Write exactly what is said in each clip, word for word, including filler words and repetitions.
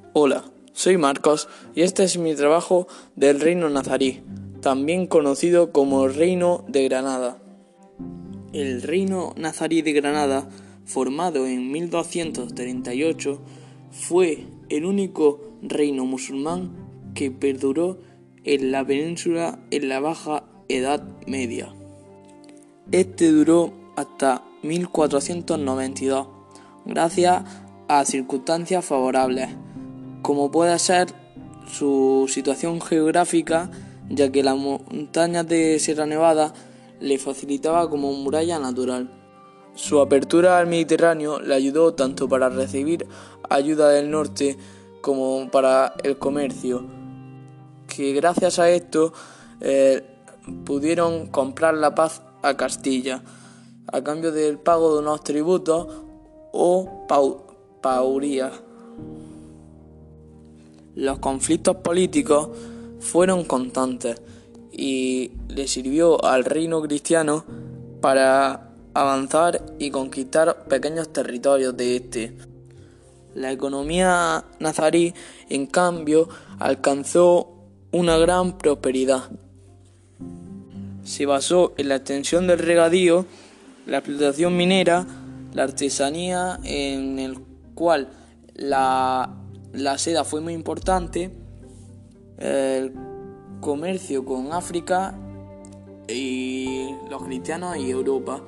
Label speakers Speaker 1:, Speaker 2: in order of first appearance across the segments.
Speaker 1: Hola, soy Marcos y este es mi trabajo del Reino Nazarí, también conocido como el Reino de Granada. El Reino Nazarí de Granada, formado en mil doscientos treinta y ocho, fue el único reino musulmán que perduró en la península en la Baja Edad Media. Este duró hasta mil cuatrocientos noventa y dos, gracias a circunstancias favorables, como puede ser su situación geográfica, ya que las montañas de Sierra Nevada le facilitaba como muralla natural. Su apertura al Mediterráneo le ayudó tanto para recibir ayuda del norte como para el comercio, que gracias a esto eh, pudieron comprar la paz a Castilla, a cambio del pago de unos tributos o pau- paurías. Los conflictos políticos fueron constantes y le sirvió al reino cristiano para avanzar y conquistar pequeños territorios de este. La economía nazarí, en cambio, alcanzó una gran prosperidad. Se basó en la extensión del regadío, la explotación minera, la artesanía, en el cual la, la seda fue muy importante, el comercio con África y los cristianos y Europa.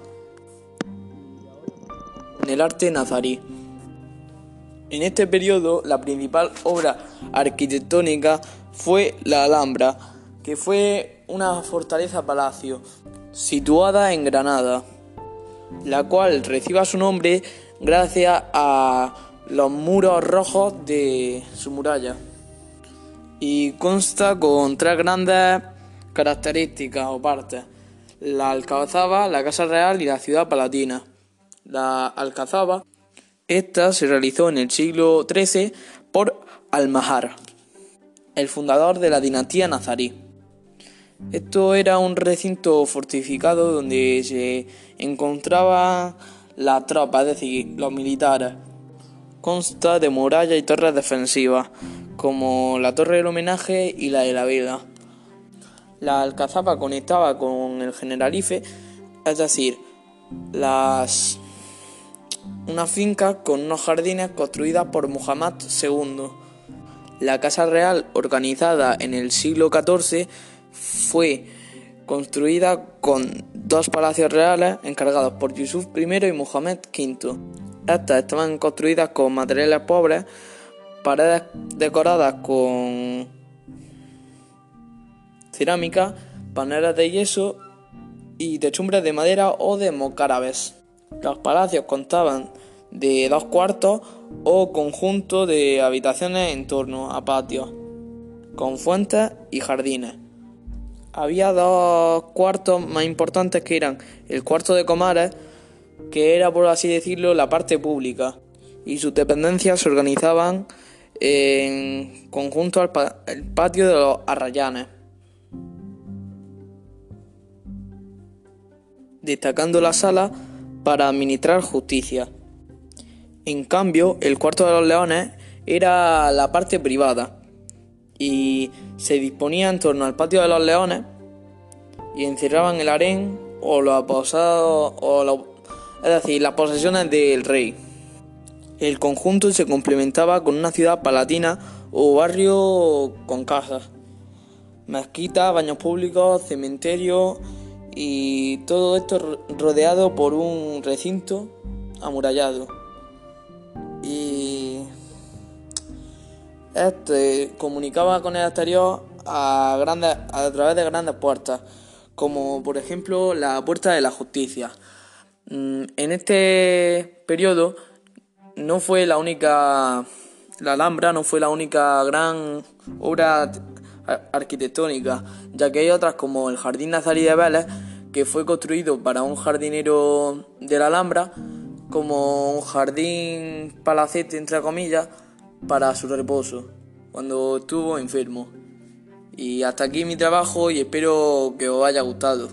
Speaker 1: En el arte nazarí. En este periodo, la principal obra arquitectónica fue la Alhambra, que fue una fortaleza-palacio situada en Granada, la cual recibe su nombre gracias a los muros rojos de su muralla, y consta con tres grandes características o partes: la alcazaba, la casa real y la ciudad palatina. La alcazaba, esta se realizó en el siglo trece por Almahar, el fundador de la dinastía nazarí. Esto era un recinto fortificado donde se encontraba la tropa, es decir, los militares. Consta de murallas y torres defensivas, como la Torre del Homenaje y la de la Vega. La alcazaba conectaba con el Generalife, es decir, las una finca con unos jardines construidas por Muhammad segundo. La Casa Real, organizada en el siglo catorce, fue construida con dos palacios reales encargados por Yusuf primero y Muhammad quinto. Estas estaban construidas con materiales pobres, paredes decoradas con cerámica, paneles de yeso y techumbres de madera o de mocárabes. Los palacios contaban de dos cuartos o conjunto de habitaciones en torno a patios, con fuentes y jardines. Había dos cuartos más importantes, que eran el cuarto de comares, que era, por así decirlo, la parte pública, y sus dependencias se organizaban en conjunto al pa- el patio de los arrayanes, destacando la sala para administrar justicia. En cambio, el cuarto de los leones era la parte privada y se disponía en torno al patio de los leones y encerraban el harén o los aposados, o los, es decir, las posesiones del rey. El conjunto se complementaba con una ciudad palatina o barrio con casas, mezquitas, baños públicos, cementerios, y todo esto rodeado por un recinto amurallado. Y este comunicaba con el exterior a, grandes, a través de grandes puertas, como por ejemplo la Puerta de la Justicia. En este periodo no fue la única, la Alhambra no fue la única gran obra arquitectónica, ya que hay otras como el Jardín Nazarí de Vélez, que fue construido para un jardinero de la Alhambra, como un jardín palacete, entre comillas, para su reposo, cuando estuvo enfermo. Y hasta aquí mi trabajo y espero que os haya gustado.